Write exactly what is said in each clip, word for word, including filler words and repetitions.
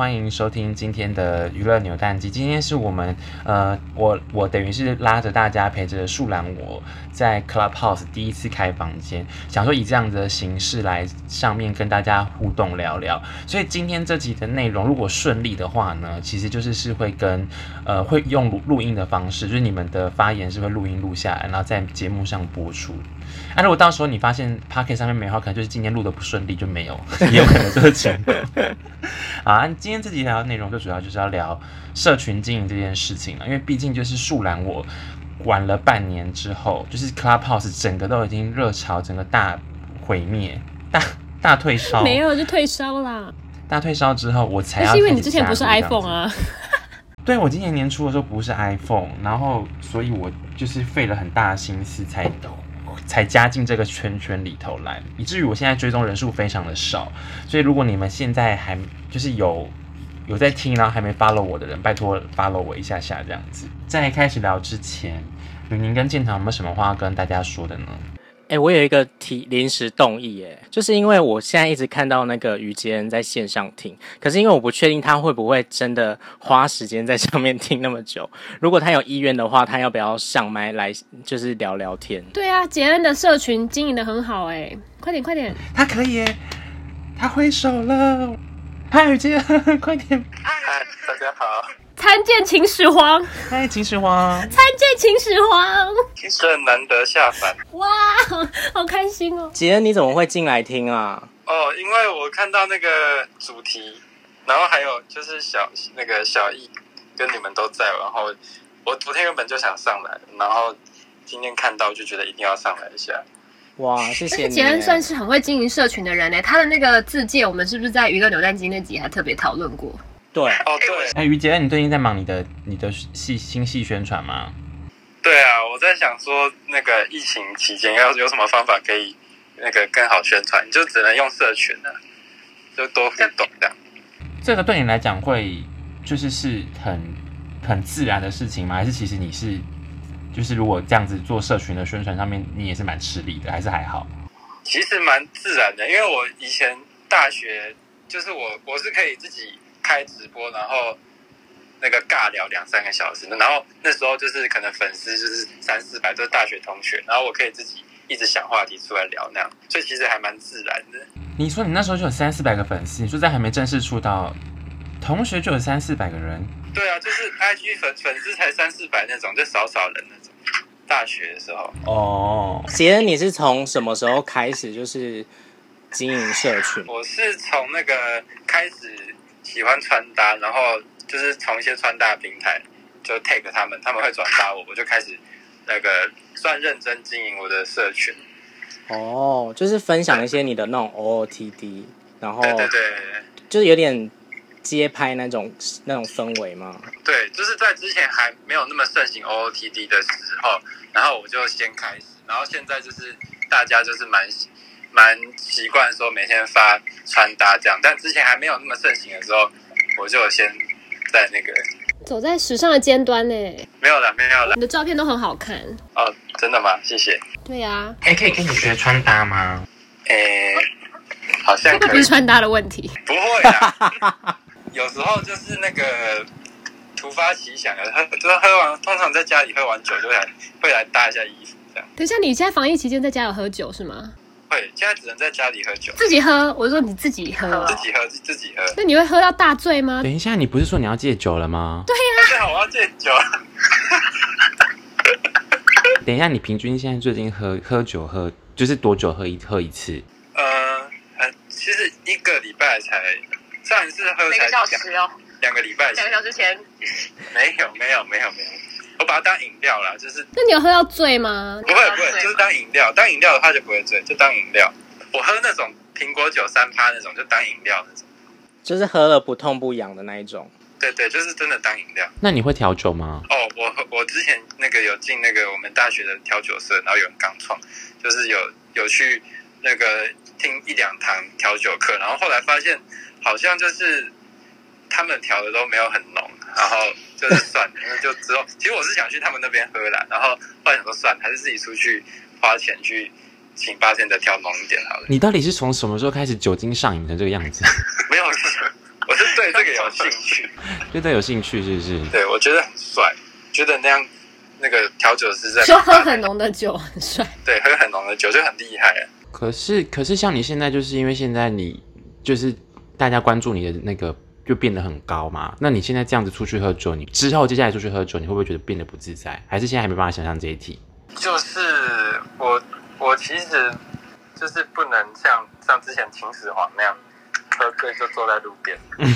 欢迎收听今天的娱乐扭蛋机。今天是我们呃，我我等于是拉着大家陪着树懒我在 Clubhouse 第一次开房间，想说以这样的形式来上面跟大家互动聊聊。所以今天这集的内容如果顺利的话呢，其实就是是会跟呃会用录录音的方式，就是你们的发言是会录音录下来，然后在节目上播出。啊，如果到时候你发现 Podcast 上面没有，可能就是今天录的不顺利就没有，也有可能这个情况。啊，今天这集聊的内容就主要就是要聊社群经营这件事情了，因为毕竟就是树懒我玩了半年之后，就是 Clubhouse 整个都已经热潮，整个大毁灭，大大退烧， 没有就退烧啦。 大退烧之后，我才要。 是因为你之前不是 iPhone 啊？ 对，我今年年初的时候不是 iPhone， 然后所以我就是费了很大的心思才才加进这个圈圈里头来，以至于我现在追踪人数非常的少。所以如果你们现在还就是有有在听，然后还没 follow 我的人，拜托 follow 我一下下这样子。在开始聊之前，吕宁跟建堂有没有什么话要跟大家说的呢？ 哎、欸，我有一个提临时动议，哎，就是因为我现在一直看到那个于杰恩在线上听，可是因为我不确定他会不会真的花时间在上面听那么久。如果他有意愿的话，他要不要上麦来就是聊聊天？ 对啊，杰恩的社群经营的很好，哎，快点快点， 他可以耶，他挥手了，嗨，于杰恩，快点！ 嗨，大家好。 参见秦始皇， 嗨，秦始皇， 参见秦始皇， 这难得下凡， 哇，好开心哦！ 杰恩，你怎么会进来听啊？ 哦，因为我看到那个主题，然后还有就是小那个小易跟你们都在，然后我昨天原本就想上来，然后今天看到就觉得一定要上来一下。 哇，谢谢你！ 杰恩算是很会经营社群的人呢，他的那个自介，我们是不是在娱乐扭蛋机那集还特别讨论过？ 对， 哦对， 哎，于杰恩，你最近在忙你的你的戏新戏宣传吗？ 对啊，我在想说，那个疫情期间要有什么方法可以那个更好宣传，你就只能用社群了，就多互动这样。 这个对你来讲会就是是很很自然的事情吗？还是其实你是就是如果这样子做社群的宣传上面，你也是蛮吃力的，还是还好？ 其实蛮自然的，因为我以前大学就是我我是可以自己开直播，然后那个尬聊两三个小时，然后那时候就是可能粉丝就是三四百，都是大学同学，然后我可以自己一直想话题出来聊那样，所以其实还蛮自然的。 你说你那时候就有三四百个粉丝，你说在还没正式出道，同学就有三四百个人？ 对啊，就是 I G 粉粉丝才三四百那种，就少少人那种。大学的时候。 哦， 杰恩，你是从什么时候开始就是经营社群？ 我是从那个开始喜欢穿搭，然后就是从一些穿搭平台就 tag 他们，他们会转发我，我就开始那个算认真经营我的社群。 哦，就是分享一些你的那种 O O T D， 然后对对对， 就是有点街拍那种那种氛围吗？ 对，就是在之前还没有那么盛行 O O T D 的时候，然后我就先开始，然后现在就是大家就是蛮蛮习惯说每天发穿搭这样，但之前还没有那么盛行的时候，我就先在那个走在时尚的尖端呢。 没有了，没有了。 你的照片都很好看哦，真的吗？谢谢。 对呀、啊， 哎、欸，可以跟你学穿搭吗？ 诶、欸，好像可以。 这不是穿搭的问题。 不会啊，有时候就是那个突发奇想的，喝就是喝完，通常在家里喝完酒就来会来搭一下衣服这样。 等一下，你现在防疫期间在家有喝酒是吗？ 会，现在只能在家里喝酒。 自己喝？我说你自己喝、哦， 自己喝，自己喝。 那你会喝到大醉吗？ 等一下，你不是说你要戒酒了吗？ 对呀、啊， 最好我要戒酒。 等一下，你平均现在最近喝喝酒喝就是多久喝一喝一次？ 呃，其实一个礼拜才上一次喝才每个小时哦， 两个礼拜前， 两个小时前。 没有没有没有没有，我把它当饮料啦，就是。 那你有喝到醉吗？ 不会不会，就是当饮料，当饮料的话就不会醉，就当饮料。我喝那种苹果酒三趴那种，就当饮料那种。 就是喝了不痛不痒的那一种。 对对，就是真的当饮料。 那你会调酒吗？ 哦，我我之前那个有进那个我们大学的调酒社，然后有人刚创，就是有有去那个听一两堂调酒课，然后后来发现好像就是他们调的都没有很浓，然后就是算了，那就之后其实我是想去他们那边喝啦，然后后来想说算了，还是自己出去花钱去请八仙的调浓一点好了。 你到底是从什么时候开始酒精上瘾成这个样子？ 没有， 我是对这个有兴趣， 对这有兴趣是不是？ 对我觉得很帅，觉得那样那个调酒师在说喝很浓的酒很帅， 对，喝很浓的酒就很厉害啊。 可是可是像你现在就是因为现在你就是大家关注你的那个就变得很高嘛，那你现在这样子出去喝酒，你之后接下来出去喝酒，你会不会觉得变得不自在？还是现在还没办法想象这一题？ 就是我我其实就是不能像像之前秦始皇那样喝醉就坐在路边。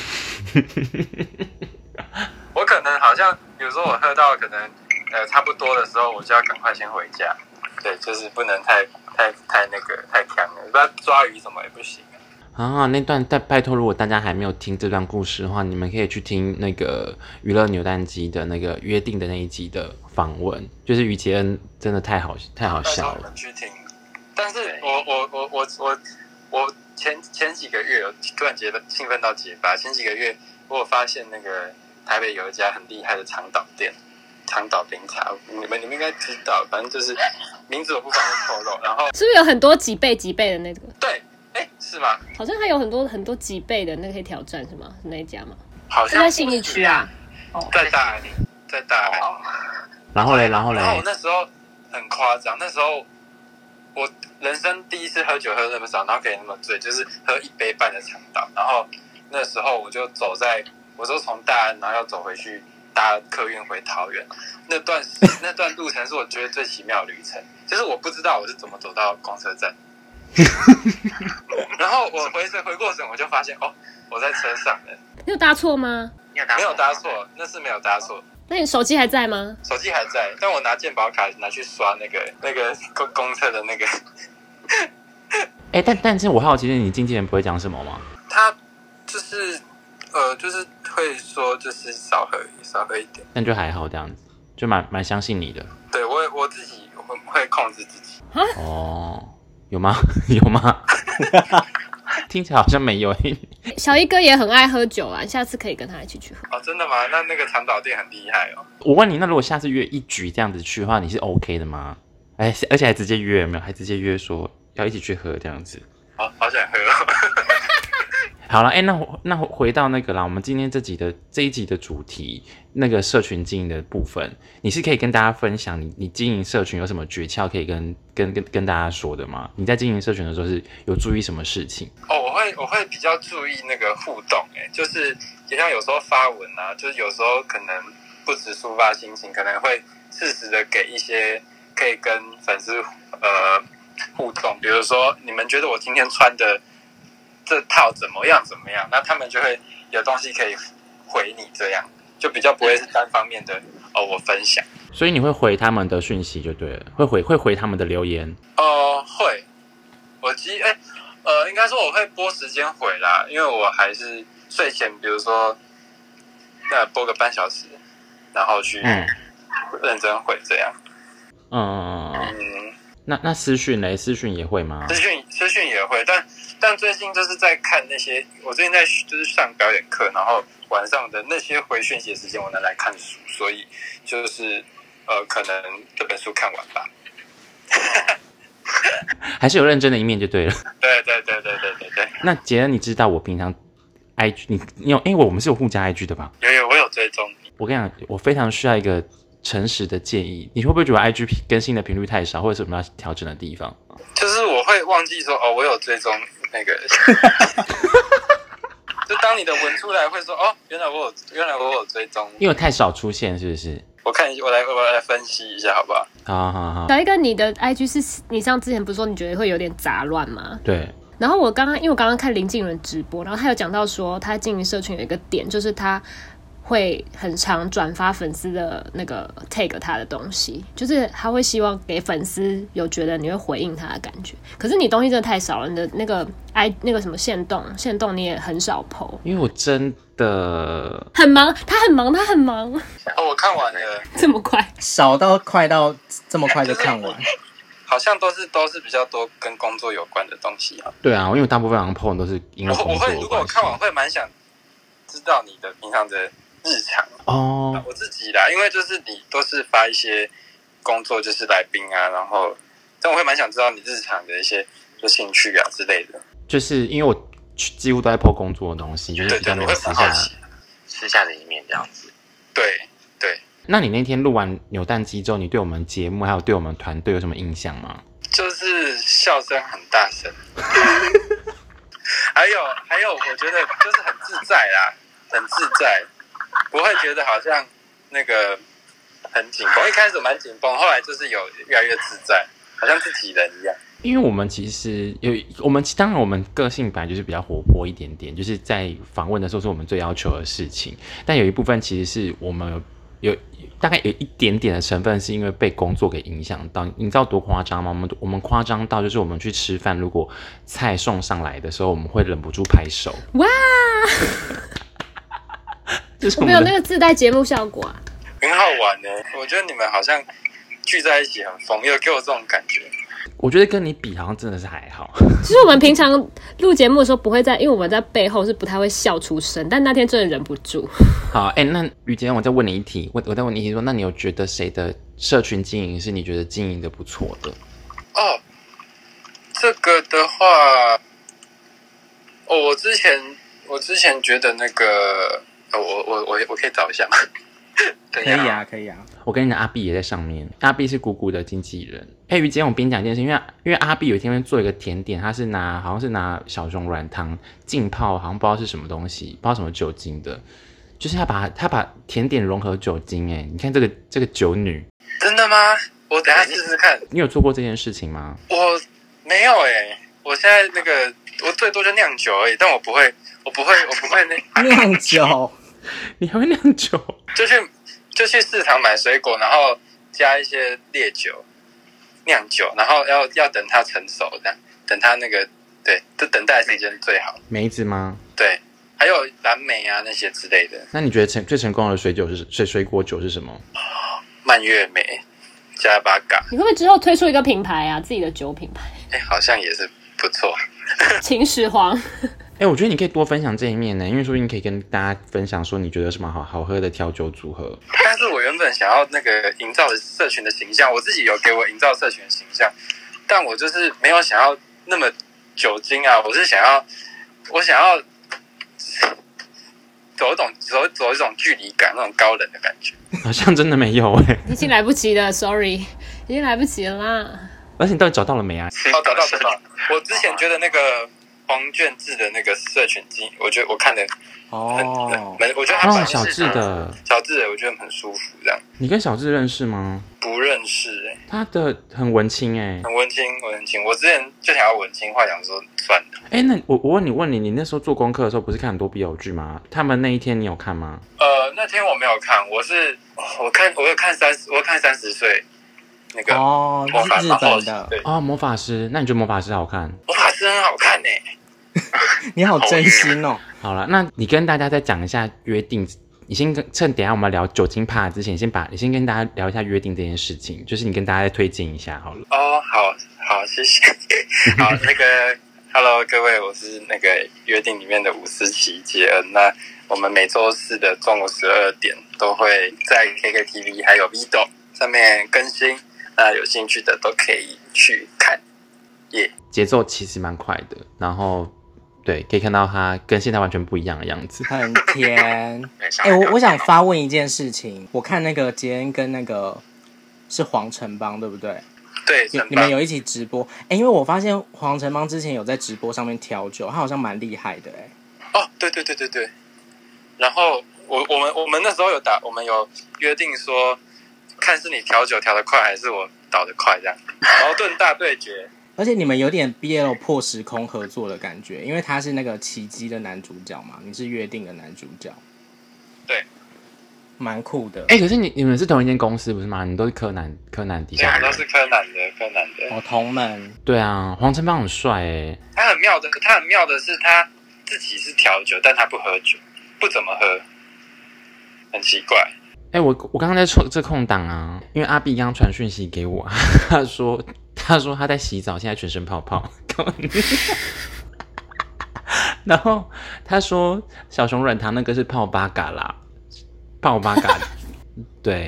我可能好像比如说我喝到可能呃差不多的时候，我就要赶快先回家。对，就是不能太太太那个太强了，不要抓鱼什么也不行啊。那段拜拜托，如果大家还没有听这段故事的话，你们可以去听那个娱乐扭蛋机的那个约定的那一集的访问，就是于杰恩真的太好太好笑了。 去听，但是我我我我我我前前几个月有突然觉得兴奋到结巴，前几个月我有发现那个台北有一家很厉害的长岛店。长岛冰茶，你们你们应该知道，反正就是名字我不方便透露。然后是不是有很多几倍几倍的那个？ 对，哎，是吗？ 好像还有很多很多几倍的那个可以挑战是吗？是那一家吗？ 好像在信义区啊， 在大安，在大安。 然后嘞，然后嘞， 然后我那时候很夸张，那时候我人生第一次喝酒喝那么少，然后可以那么醉，就是喝一杯半的长岛。然后那时候我就走在，我就从大安，然后要走回去。搭客运回桃园，那段那段路程是我觉得最奇妙的旅程，就是我不知道我是怎么走到公车站，然后我回神回过神，我就发现哦，我在车上了。 你有搭错吗？ 没有搭错，那是没有搭错。 那你手机还在吗？ 手机还在，但我拿健保卡拿去刷那个那个公公车的那个。 哎、欸，但但是我好奇，你经纪人不会讲什么吗？ 他就是。呃，就是会说，就是少喝，少喝一点， 但就还好这样子，就蛮蛮相信你的。 对我我自己会会控制自己。 哦，有吗？有吗？听起来好像没有。 小一哥也很爱喝酒啊，下次可以跟他一起去喝。 哦，真的吗？那那个长岛店很厉害哦。 我问你，那如果下次约一局这样子去的话，你是 OK 的吗？哎，而且还直接约，有没有？还直接约说要一起去喝这样子。 好，好想喝哦。 好了，哎、欸，那那回到那个啦，我们今天这集的这一集的主题，那个社群经营的部分，你是可以跟大家分享你你经营社群有什么诀窍可以跟跟跟跟大家说的吗？你在经营社群的时候是有注意什么事情？ 哦，我会我会比较注意那个互动、欸，哎，就是就像有时候发文啊，就是有时候可能不只抒发心情，可能会适时的给一些可以跟粉丝呃互动，比如说你们觉得我今天穿的。这套怎么样怎么样？那他们就会有东西可以回你，这样就比较不会是单方面的哦，我分享。 所以你会回他们的讯息就对了，会回会回他们的留言。 哦、呃，会。我其实哎呃，应该说我会拨时间回啦，因为我还是睡前，比如说那拨个半小时，然后去认真回这样。 嗯嗯嗯嗯。 那那私讯嘞？私讯也会吗？ 私讯私讯也会，但但最近就是在看那些，我最近在就是上表演课，然后晚上的那些回讯息的时间，我能来看书，所以就是呃，可能这本书看完吧。 还是有认真的一面就对了。 对对对对对对对。 那杰恩，你知道我平常 I G 你你有哎、欸，我们是有互加 I G 的吧？ 有有，我有追踪。 我跟你讲，我非常需要一个诚实的建议，你会不会觉得 I G 更新的频率太少，或者是有什么要调整的地方？ 就是我会忘记说哦，我有追踪那个，就当你的文出来会说哦，原来我有，原来我有追踪， 因为太少出现，是不是？ 我看我来我来分析一下，好不好？ 好好好。 小一哥，你的 I G 是你像之前不是说你觉得会有点杂乱吗？ 对。 然后我刚刚因为我刚刚看林敬伦直播，然后他有讲到说他经营社群有一个点，就是他会很常转发粉丝的那个 tag 他的东西，就是他会希望给粉丝有觉得你会回应他的感觉。可是你东西真的太少了，你的那个 i 那个什么限动限动你也很少 po， 因为我真的很忙，他很忙，他很忙。 哦，我看完了， 这么快， 少到快到这么快就看完。 好像都是都是比较多跟工作有关的东西啊。 对啊，因为大部分好像 po 都是因为我我会如果我看完会蛮想知道你的平常的日常哦。 我自己啦，因为就是你都是发一些工作就是来宾啊，然后但我会蛮想知道你日常的一些就兴趣啊之类的。 就是因为我几乎都在 po 工作的东西，就是比较没有私下私下的一面这样子。对对。 那你那天录完扭蛋机之后，你对我们节目还有对我们团队有什么印象吗？ 就是笑声很大声，还有还有，我觉得就是很自在啦，很自在，不会觉得好像那个很紧绷。一开始蛮紧绷，后来就是有越来越自在，好像自己人一样。 因为我们其实有我们当然我们个性本来就是比较活泼一点点，就是在访问的时候是我们最要求的事情，但有一部分其实是我们有有大概有一点点的成分是因为被工作给影响到。你知道多夸张吗？我们我们夸张到就是我们去吃饭，如果菜送上来的时候，我们会忍不住拍手。 哇！ 就是我们有那个自带节目效果啊， 很好玩呢。我觉得你们好像聚在一起很疯，有给我这种感觉。 我觉得跟你比好像真的是还好。 其实我们平常录节目的时候不会在，因为我们在背后是不太会笑出声，但那天真的忍不住。 好，哎、欸，那于杰，我再问你一题，我我再问你一题说，那你有觉得谁的社群经营是你觉得经营的不错的？ 哦，这个的话，哦，我之前我之前觉得那个，哦、我我我我可以找一下吗？ 可以啊，可以啊。 我跟你讲，阿碧也在上面。阿碧是姑姑的经纪人。哎、欸，于杰，我边讲一件事，因为因为阿碧有一天会做一个甜点，他是拿好像是拿小熊软糖浸泡，好像不知道是什么东西，不知道什么酒精的，就是他把他把甜点融合酒精。哎，你看这个这个酒女， 真的吗？我等一下试试看。 你有做过这件事情吗？ 我没有哎、欸，我现在那个我最多就酿酒而已，但我不会，我不会，我不会那酿酒。 你还会酿酒？ 就去就去市场买水果，然后加一些烈酒酿酒，然后要要等它成熟，这样等它那个对，这等待时间最好。 梅子吗？ 对，还有蓝莓啊那些之类的。 那你觉得成最成功的水酒是水水果酒是什么？ 蔓越莓加巴嘎。 你会不会之后推出一个品牌啊，自己的酒品牌？ 哎，好像也是不错。 秦始皇。 哎、欸，我觉得你可以多分享这一面呢，因为说你可以跟大家分享说你觉得有什么好好喝的调酒组合。 但是我原本想要那个营造的社群的形象，我自己有给我营造社群的形象，但我就是没有想要那么酒精啊，我是想要我想要走一种走走一种距离感，那种高冷的感觉。 好像真的没有哎、欸， 已经来不及了 ，sorry， 已经来不及了啦。 而且你到底找到了没啊？ 哦，找到找到。我之前觉得那个黄卷志的那个社群经，我觉得我看的哦， 很，我觉得他哦，小智的， 小智的，我觉得很舒服，这样。 你跟小智认识吗？ 不认识哎、欸， 他的很文青哎、欸， 很文青，文青。我之前就想要文青，后来想说算了。 哎、欸，那我我问你问你，你那时候做功课的时候不是看很多 B L 剧吗？他们那一天你有看吗？ 呃，那天我没有看，我是我看我有看三十，我有看三十岁那个哦， 魔法日本的， 对哦，魔法师，那你觉得魔法师好看？ 魔法师很好看呢、欸。 你好真心哦。 好了，那你跟大家再讲一下约定。你先跟趁等一下我们聊酒精趴之前，先把你先跟大家聊一下约定这件事情，就是你跟大家再推荐一下好了。 哦，好好，谢谢。好，那个 ，Hello 各位，我是那个约定里面的伍思琪杰恩。那我们每周四的中午十二点都会在 K K T V 还有 Vido 上面更新，那有兴趣的都可以去看。耶、yeah ， 节奏其实蛮快的，然后。对，可以看到它跟现在完全不一样的样子， 很甜。哎、欸，我我想发问一件事情，我看那个杰恩跟那个是黄城邦，对不对？ 对， 你你们有一起直播。哎、欸，因为我发现黄城邦之前有在直播上面调酒，他好像蛮厉害的哎、 欸。哦，对对对对对。然后我我们我们那时候有打，我们有约定说，看是你调酒调得快还是我倒得快，这样矛盾大对决。 而且你们有点 B L 破时空合作的感觉，因为他是那个奇迹的男主角嘛，你是约定的男主角， 对， 蛮酷的。 哎、欸，可是你你们是同一间公司不是吗？你都是柯南柯南底下的人， 对，都是柯南的柯南的。 哦，同门。 对啊，黄成邦很帅哎。 他很妙的，他很妙的是他自己是调酒，但他不喝酒，不怎么喝，很奇怪。 哎、欸，我我刚刚在这空档啊，因为阿碧刚刚传讯息给我，他说。他说他在洗澡，现在全身泡泡。然后他说小熊软糖那个是泡八嘎啦，泡八嘎。对，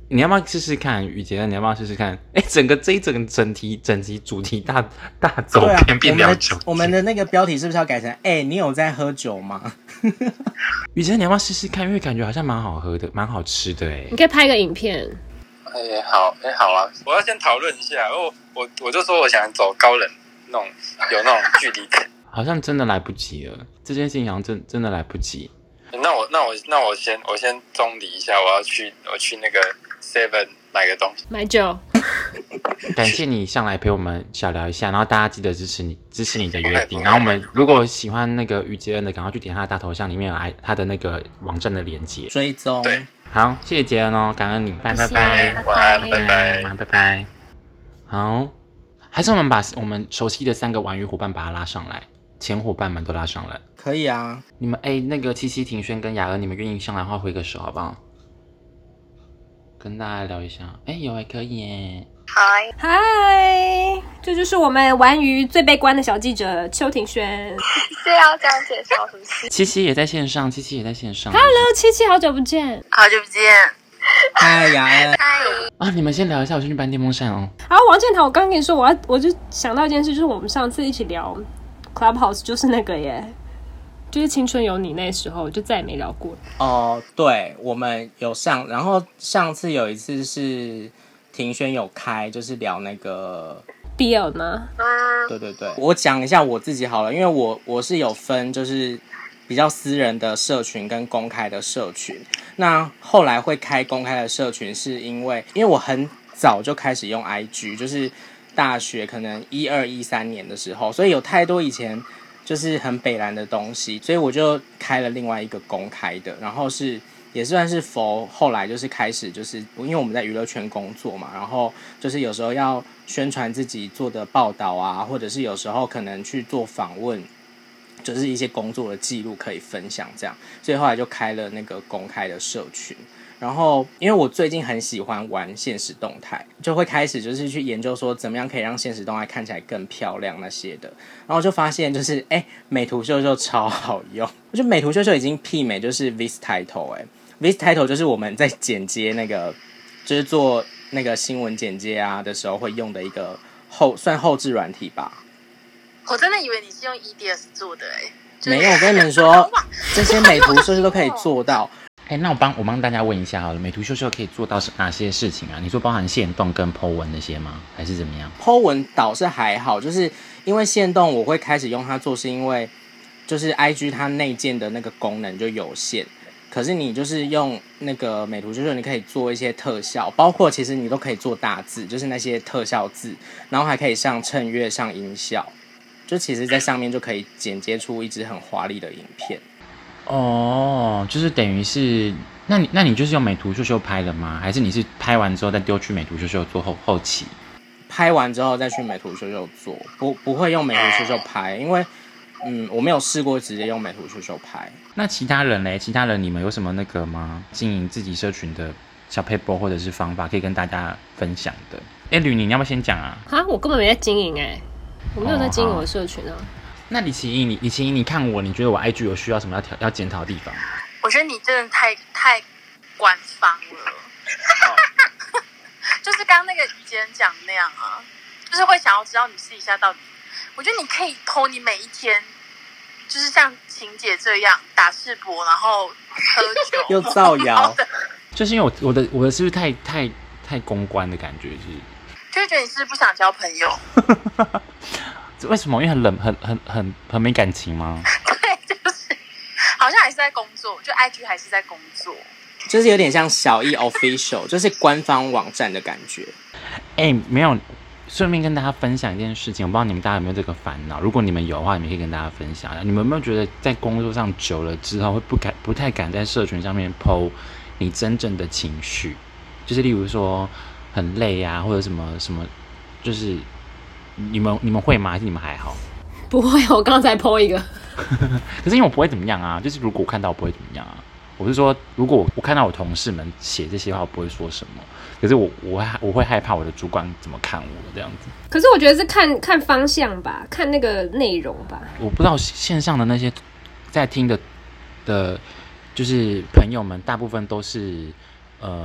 你要不要试试看？雨杰，你要不要试试看？哎，整个这一整个整题整题主题大大走偏变聊酒、 啊。我们的那个标题是不是要改成？哎、欸，你有在喝酒吗？ 雨杰，你要不要试试看？因为感觉好像蛮好喝的，蛮好吃的哎。 你可以拍一个影片。 哎、欸，好，哎、欸，好啊！我要先讨论一下，我我我就说我想走高冷那种有那种距离感。 好像真的来不及了，这件事情好像真真的来不及。 那我那我那我先我先中离一下，我要去我去那个 Seven 买个东西， 买酒。 感谢你上来陪我们小聊一下，然后大家记得支持你支持你的约定。然后我们如果喜欢那个于杰恩的，赶快去点他的大头像，里面有他的那个网站的连结， 追踪。 对， 好，谢谢杰恩哦，感恩你，拜拜拜， 晚安，拜拜， 晚安，拜拜。好，还是我们把我们熟悉的三个玩鱼伙伴把他拉上来。前伙伴们都拉上来， 可以啊。 你们哎、欸，那个七七、庭轩跟雅恩，你们愿意上来的话，挥个手好不好？跟大家聊一下。哎、欸，有还可以耶。 嗨嗨，这就是我们玩鱼最悲观的小记者邱庭轩。 是要这样介绍是不是？ 七七也在线上，七七也在线上。 Hello， 七七，好久不见。 好久不见。 嗨，雅恩。 嗨。 啊，你们先聊一下，我先去搬电风扇哦。 好，王建堂，我刚刚跟你说，我要，我就想到一件事，就是我们上次一起聊。Clubhouse 就是那个耶，就是青春有你那时候就再也没聊过了。 哦，对，我们有上，然后上次有一次是庭轩有开，就是聊那个 B L 吗？ 对对对，我讲一下我自己好了，因为我我是有分就是比较私人的社群跟公开的社群。那后来会开公开的社群，是因为因为我很早就开始用 I G， 就是。大学可能一二一三年的时候，所以有太多以前就是很北蓝的东西，所以我就开了另外一个公开的，然后是也算是佛后来就是开始就是因为我们在娱乐圈工作嘛，然后就是有时候要宣传自己做的报道啊，或者是有时候可能去做访问，就是一些工作的记录可以分享这样，所以后来就开了那个公开的社群。然后因为我最近很喜欢玩现实动态，就会开始就是去研究说怎么样可以让现实动态看起来更漂亮那些的，然后就发现就是哎，美图秀秀超好用，我觉得美图秀秀已经媲美就是 Viz Title 哎 ，Viz Title 就是我们在剪接那个就是做那个新闻剪接啊的时候会用的一个后算后置软体吧。 我真的以为你是用 E D S 做的哎、 就是，没有，我跟你们说这些美图秀秀都可以做到。 哎、欸，那我帮我帮大家问一下好了，美图秀秀可以做到哪些事情啊？你说包含限动跟 po 文那些吗？还是怎么样 ？po 文倒是还好，就是因为限动我会开始用它做，是因为就是 I G 它内建的那个功能就有限，可是你就是用那个美图秀秀，你可以做一些特效，包括其实你都可以做大字，就是那些特效字，然后还可以上衬乐、上音效，就其实在上面就可以剪接出一支很华丽的影片。 哦，就是等于是，那你那你就是用美图秀秀拍的吗？还是你是拍完之后再丢去美图秀秀做后后期？ 拍完之后再去美图秀秀做，不不会用美图秀秀拍，因为嗯我没有试过直接用美图秀秀拍。 那其他人嘞？其他人你们有什么那个吗？经营自己社群的小 paper 或者是方法可以跟大家分享的？哎，吕宁，你要不要先讲啊？ 哈，我根本没在经营哎，我没有在经营我的社群啊。哦， 那李奇英，你李奇英，你看我，你觉得我 I G 有需要什么要调要检讨的地方？ 我觉得你真的太太官方了，哦、就是刚刚那个于杰人讲那样啊，就是会想要知道你私底下到底。我觉得你可以 po 你每一天，就是像晴姐这样打世博，然后喝酒又造谣， 就是因为我我的我的是不是太太太公关的感觉是？ 就会觉得你是不是不想交朋友？ 为什么？因为很冷，很很很很没感情吗？ 对，就是好像还是在工作，就 I G 还是在工作， 就是有点像小一 official， 就是官方网站的感觉。 哎、欸，没有，顺便跟大家分享一件事情，我不知道你们大家有没有这个烦恼。如果你们有的话，你们可以跟大家分享。你们有没有觉得在工作上久了之后，会不敢、不太敢在社群上面 po 你真正的情绪？就是例如说很累啊，或者什么什么，就是你们你们会吗？还是你们还好？ 不会，我刚才 po 一个。 可是因为我不会怎么样啊，就是如果我看到我不会怎么样啊。我是说，如果我看到我同事们写这些话，我不会说什么。可是我我会我会害怕我的主管怎么看我这样子。 可是我觉得是看看方向吧，看那个内容吧。 我不知道线上的那些在听的的，就是朋友们，大部分都是呃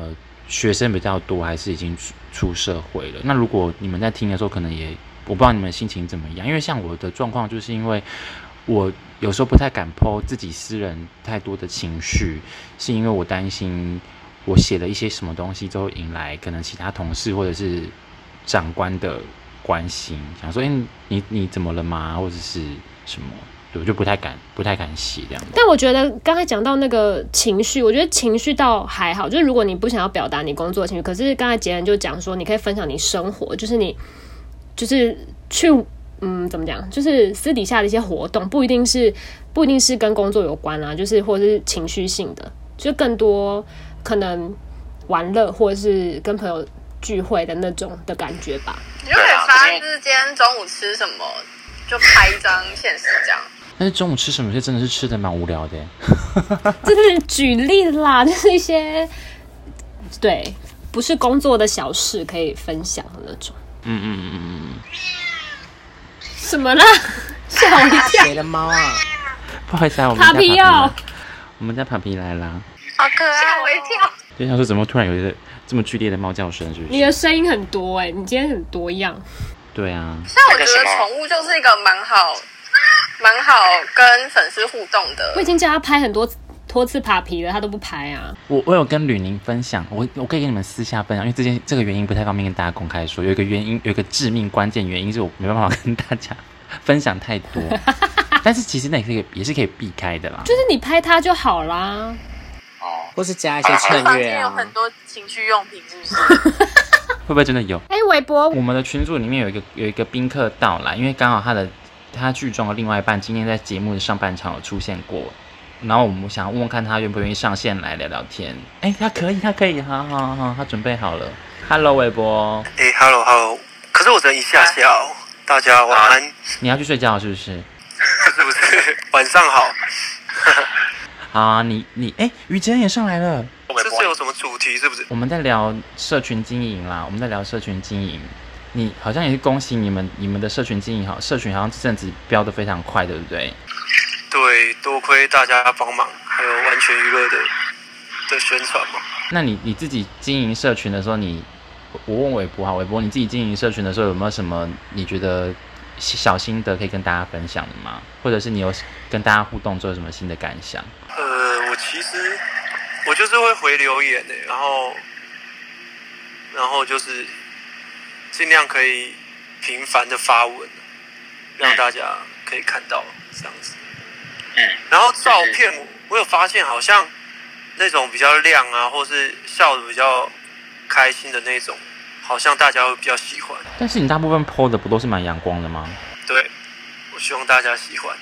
学生比较多，还是已经出出社会了？那如果你们在听的时候，可能也我不知道你们心情怎么样，因为像我的状况，就是因为我有时候不太敢 po 自己私人太多的情绪，是因为我担心我写了一些什么东西之后，引来可能其他同事或者是长官的关心，想说，哎、欸，你你怎么了吗？或者是什么？对，我就不太敢，不太敢写这样。 但我觉得刚才讲到那个情绪，我觉得情绪倒还好，就是如果你不想要表达你工作的情绪，可是刚才杰恩就讲说，你可以分享你生活，就是你就是去嗯怎么讲，就是私底下的一些活动，不一定是不一定是跟工作有关啊，就是或者是情绪性的，就更多可能玩乐或者是跟朋友聚会的那种的感觉吧。 你就可以发，就是今天中午吃什么，就拍一张现实这样。 但是中午吃什么，就真的是吃的蛮无聊的耶。 这是举例啦，就是一些对，不是工作的小事可以分享的那种。 嗯嗯嗯嗯嗯。 什么啦？吓我一跳！ 谁的猫啊？ 不好意思啊，我们家帕皮哦， 我们家帕皮来啦。 好可爱， 吓我一跳！ 就想说，怎么突然有一个这么剧烈的猫叫声？是不是？ 你的声音很多哎、欸，你今天很多样。 对啊。 像我觉得宠物就是一个蛮好、蛮好跟粉丝互动的。 我已经叫他拍很多多次帕皮了，他都不拍啊。 我我有跟吕宁分享，我我可以跟你们私下分享，因为这件这个原因不太方便跟大家公开说。有一个原因，有一个致命关键原因是我没办法跟大家分享太多，但是其实那也是可以也是可以避开的啦。 就是你拍他就好啦。 哦，或是加一些衬房乐啊。 间有很多情趣用品，是不是？ 会不会真的有？ 哎、欸，韦伯， 我们的群组里面有一个有一个宾客到来，因为刚好他的他剧中的另外一半今天在节目的上半场有出现过，然后我们想问问看他愿不愿意上线来聊聊天。哎、欸，他可以，他可以，好好好，他准备好了。Hello， 韦伯。 哎、欸、，Hello Hello， 可是我只能一下下哦。大家晚安。 你要去睡觉是不是？ 是不是？晚上好。 好啊，你你哎，于杰恩也上来了。 这是有什么主题？是不是？ 我们在聊社群经营啦，我们在聊社群经营。你好像也是恭喜你们，你们的社群经营好，社群好像这阵子飙得非常快，对不对？ 对，多亏大家帮忙，还有完全娱乐的的宣传嘛。 那你你自己经营社群的时候，你我问韦伯哈，韦伯你自己经营社群的时候有没有什么你觉得小心得可以跟大家分享的吗？或者是你有跟大家互动之后有什么新的感想？ 呃，我其实我就是会回留言的，然后然后就是尽量可以频繁的发文，让大家可以看到这样子。嗯，然后照片我我有发现，好像那种比较亮啊，或是笑得比较开心的那种，好像大家会比较喜欢。 但是你大部分 po 的不都是蛮阳光的吗？ 对，我希望大家喜欢。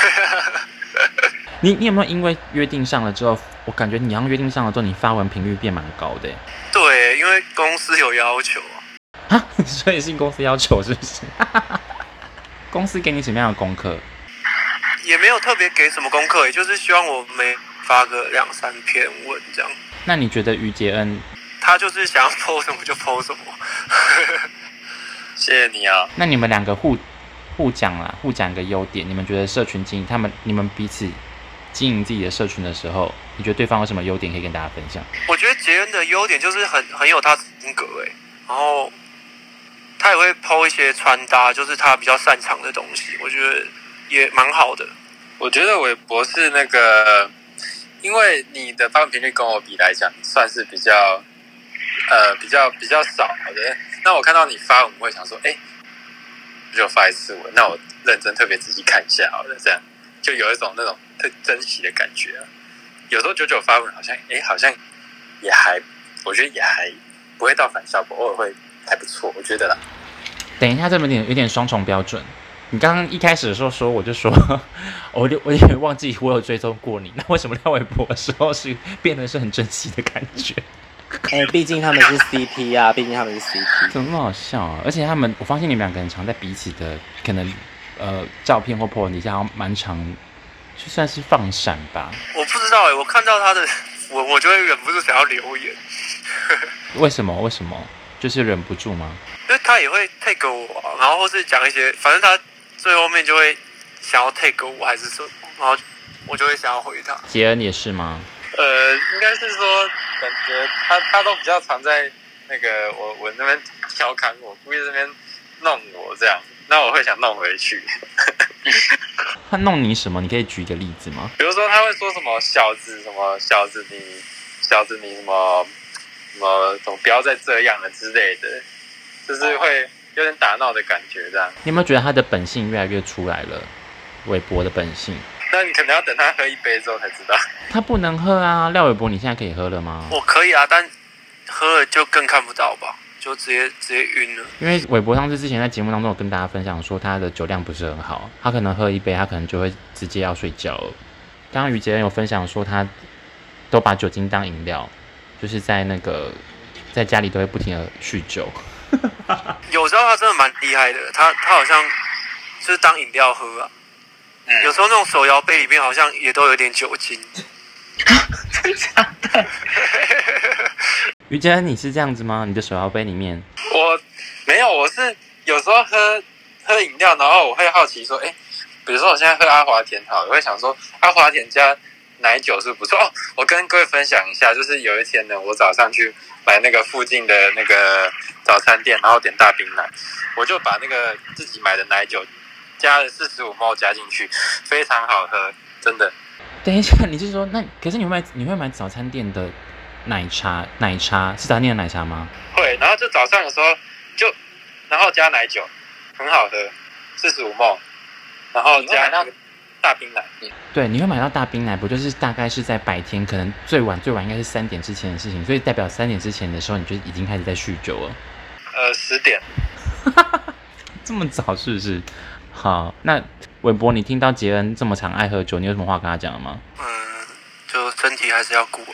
你你有没有因为约定上了之后，我感觉你好像约定上了之后，你发文频率变蛮高的？ 对，因为公司有要求啊。 啊，所以是公司要求是不是？公司给你什么样的功课？ 也没有特别给什么功课，也就是希望我每发个两三篇文这样。 那你觉得于杰恩？ 他就是想要 po 什么就 po 什么。谢谢你啊。 那你们两个互互讲啦，互讲一个优点。你们觉得社群经营，他们你们彼此经营自己的社群的时候，你觉得对方有什么优点可以跟大家分享？ 我觉得杰恩的优点就是很很有他的风格哎，然后他也会 po 一些穿搭，就是他比较擅长的东西，我觉得也蛮好的。 我觉得韦伯是那个，因为你的发文频率跟我比来讲，算是比较呃比较比较少的。那我看到你发文，我会想说，哎，就发一次文，那我认真特别仔细看一下好了，这样就有一种那种特珍惜的感觉啊。有时候久久发文，好像哎好像也还，我觉得也还不会到反效果，偶尔会还不错，我觉得啦。 等一下，这有点有点双重标准。你刚刚一开始的时候说，我就说，我就我也忘记我有追踪过你，那为什么廖伟博的时候是变得是很珍惜的感觉？ 哎、欸，毕竟他们是 C P 啊，毕竟他们是 C P， 怎么那么好笑啊？而且他们，我发现你们两个人常在彼此的可能呃照片或 po 文底下，蛮常就算是放闪吧。 我不知道哎、欸，我看到他的我我就会忍不住想要留言。 为什么？为什么？就是忍不住吗？ 因为他也会 tag 我，然后或是讲一些，反正他最后面就会想要 tag 我还是什么，然后我就会想要回他。 杰恩也是吗？ 呃，应该是说感觉他他都比较常在那个我我那边调侃我，故意在那边弄我这样，那我会想弄回去。 他弄你什么？你可以举一个例子吗？ 比如说他会说什么小子什么小子你小子你什么什么怎么不要再这样了之类的，就是会有点打闹的感觉这样。 你有没有觉得他的本性越来越出来了？韦伯的本性。 那你可能要等他喝一杯之后才知道。 他不能喝啊，廖韦伯，你现在可以喝了吗？ 我可以啊，但喝了就更看不到吧，就直接直接晕了。 因为韦伯上次之前在节目当中有跟大家分享说他的酒量不是很好，他可能喝一杯，他可能就会直接要睡觉了。刚刚于杰恩有分享说他都把酒精当饮料，就是在那个在家里都会不停的酗酒。 有时候他真的蛮厉害的，他他好像就是当饮料喝啊。嗯、有时候那种手摇杯里面好像也都有点酒精。 真的假的？于杰恩，你是这样子吗？你的手摇杯里面？ 我没有，我是有时候喝喝饮料，然后我会好奇说，哎，比如说我现在喝阿华田好了，我会想说阿华田加奶酒是不错哦。我跟各位分享一下，就是有一天呢，我早上去买那个附近的那个早餐店，然后点大冰奶，我就把那个自己买的奶酒加了四十五 毫升加进去，非常好喝，真的。 等一下，你是说那可是你会买你会买早餐店的奶茶？奶茶是早餐店的奶茶吗？ 会，然后就早上的时候就然后加奶酒，很好喝，四十五 毫升，然后加那个大冰奶。 对，你会买到大冰奶，不就是大概是在白天，可能最晚最晚应该是三点之前的事情，所以代表三点之前的时候，你就已经开始在酗酒了。 呃，十点。 这么早是不是？好，那韦伯，你听到杰恩这么常爱喝酒，你有什么话跟他讲了吗？ 嗯，就身体还是要顾。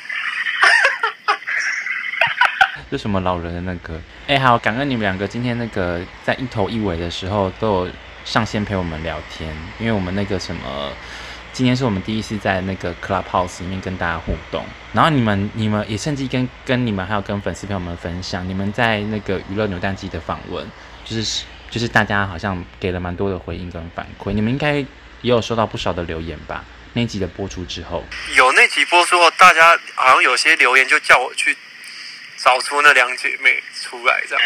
这什么老人的那个？哎、欸，好，感恩你们两个今天那个在一头一尾的时候都有上线陪我们聊天，因为我们那个什么，今天是我们第一次在那个 Clubhouse 里面跟大家互动，然后你们你们也甚至跟跟你们还有跟粉丝朋友们分享，你们在那个娱乐扭蛋机的访问，就是就是大家好像给了蛮多的回应跟反馈，你们应该也有收到不少的留言吧？那一集的播出之后， 有那集播出后，大家好像有些留言就叫我去找出那两姐妹出来，这样。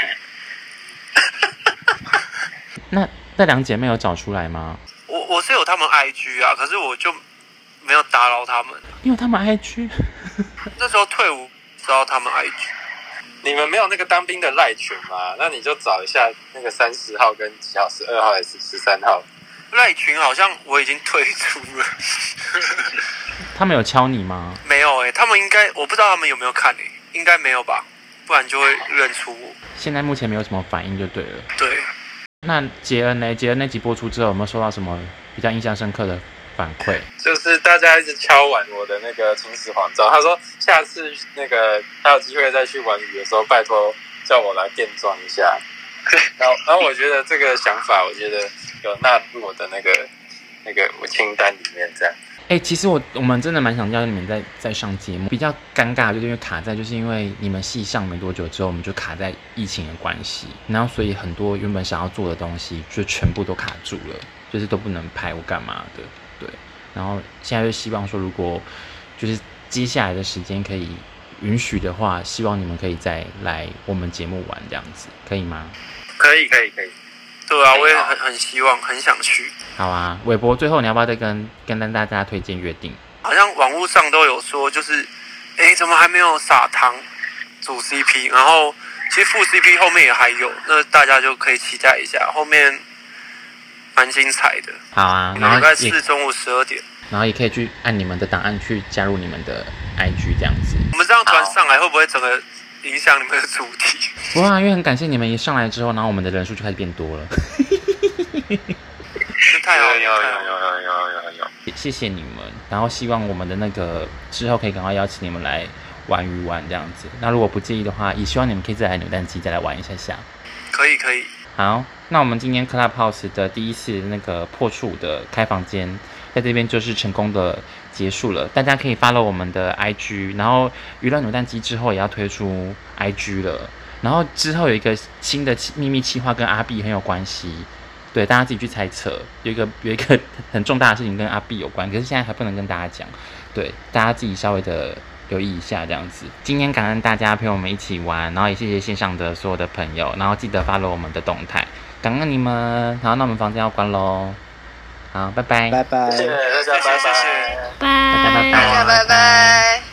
那那两姐妹有找出来吗？ 我我是有他们 I G 啊，可是我就没有打扰他们。 因为他们 I G 那时候退伍知道他们 I G。 你们没有那个当兵的赖群吗？那你就找一下那个三十号跟几号，十二号还是十三号？ 赖群好像我已经退出了。 他们有敲你吗？ 没有哎、欸，他们应该我不知道他们有没有看哎、欸，应该没有吧，不然就会认出我。 现在目前没有什么反应就对了。 对。 那杰恩呢？杰恩那集播出之后，有没有收到什么比较印象深刻的反馈？ 就是大家一直敲完我的那个秦始皇照，他说下次那个他有机会再去玩鱼的时候，拜托叫我来变装一下。然后，然后我觉得这个想法，我觉得有纳入我的那个那个我清单里面，这样。 哎、欸，其实我我们真的蛮想叫你们再再上节目，比较尴尬就是因为卡在，就是因为你们系上没多久之后，我们就卡在疫情的关系，然后所以很多原本想要做的东西就全部都卡住了，就是都不能拍或干嘛的，对。然后现在就希望说，如果就是接下来的时间可以允许的话，希望你们可以再来我们节目玩，这样子可以吗？ 可以，可以，可以。 对啊，我也很很希望，很想去。 好啊，韦伯，最后你要不要再跟跟大家推荐约定？ 好像网络上都有说，就是，哎，怎么还没有撒糖组 C P？ 然后其实副 C P 后面也还有，那大家就可以期待一下，后面蛮精彩的。 好啊，然后礼拜四中午十二点， 然后也可以去按你们的档案去加入你们的 I G 这样子。 我们这样团上来会不会整个影响你们的主题？ 不会啊，因为很感谢你们一上来之后，然后我们的人数就开始变多了。 太好了， 有有有有有有有， 谢谢你们。然后希望我们的那个之后可以赶快邀请你们来玩鱼玩这样子。那如果不介意的话，也希望你们可以再来扭蛋机再来玩一下下。 可以可以。 好，那我们今天 Clubhouse 的第一次那个破处的开房间，在这边就是成功的结束了。大家可以 follow 我们的 I G， 然后娱乐扭蛋机之后也要推出 I G 了。然后之后有一个新的秘密企划跟阿碧很有关系，对，大家自己去猜测。有一个有一个很重大的事情跟阿碧有关，可是现在还不能跟大家讲，对，大家自己稍微的留意一下这样子。今天感恩大家陪我们一起玩，然后也谢谢线上的所有的朋友，然后记得 follow 我们的动态，感恩你们。好，那我们房间要关喽。好，拜拜， 拜拜， 谢谢大家，拜拜。 拜大家拜拜， 大家拜拜。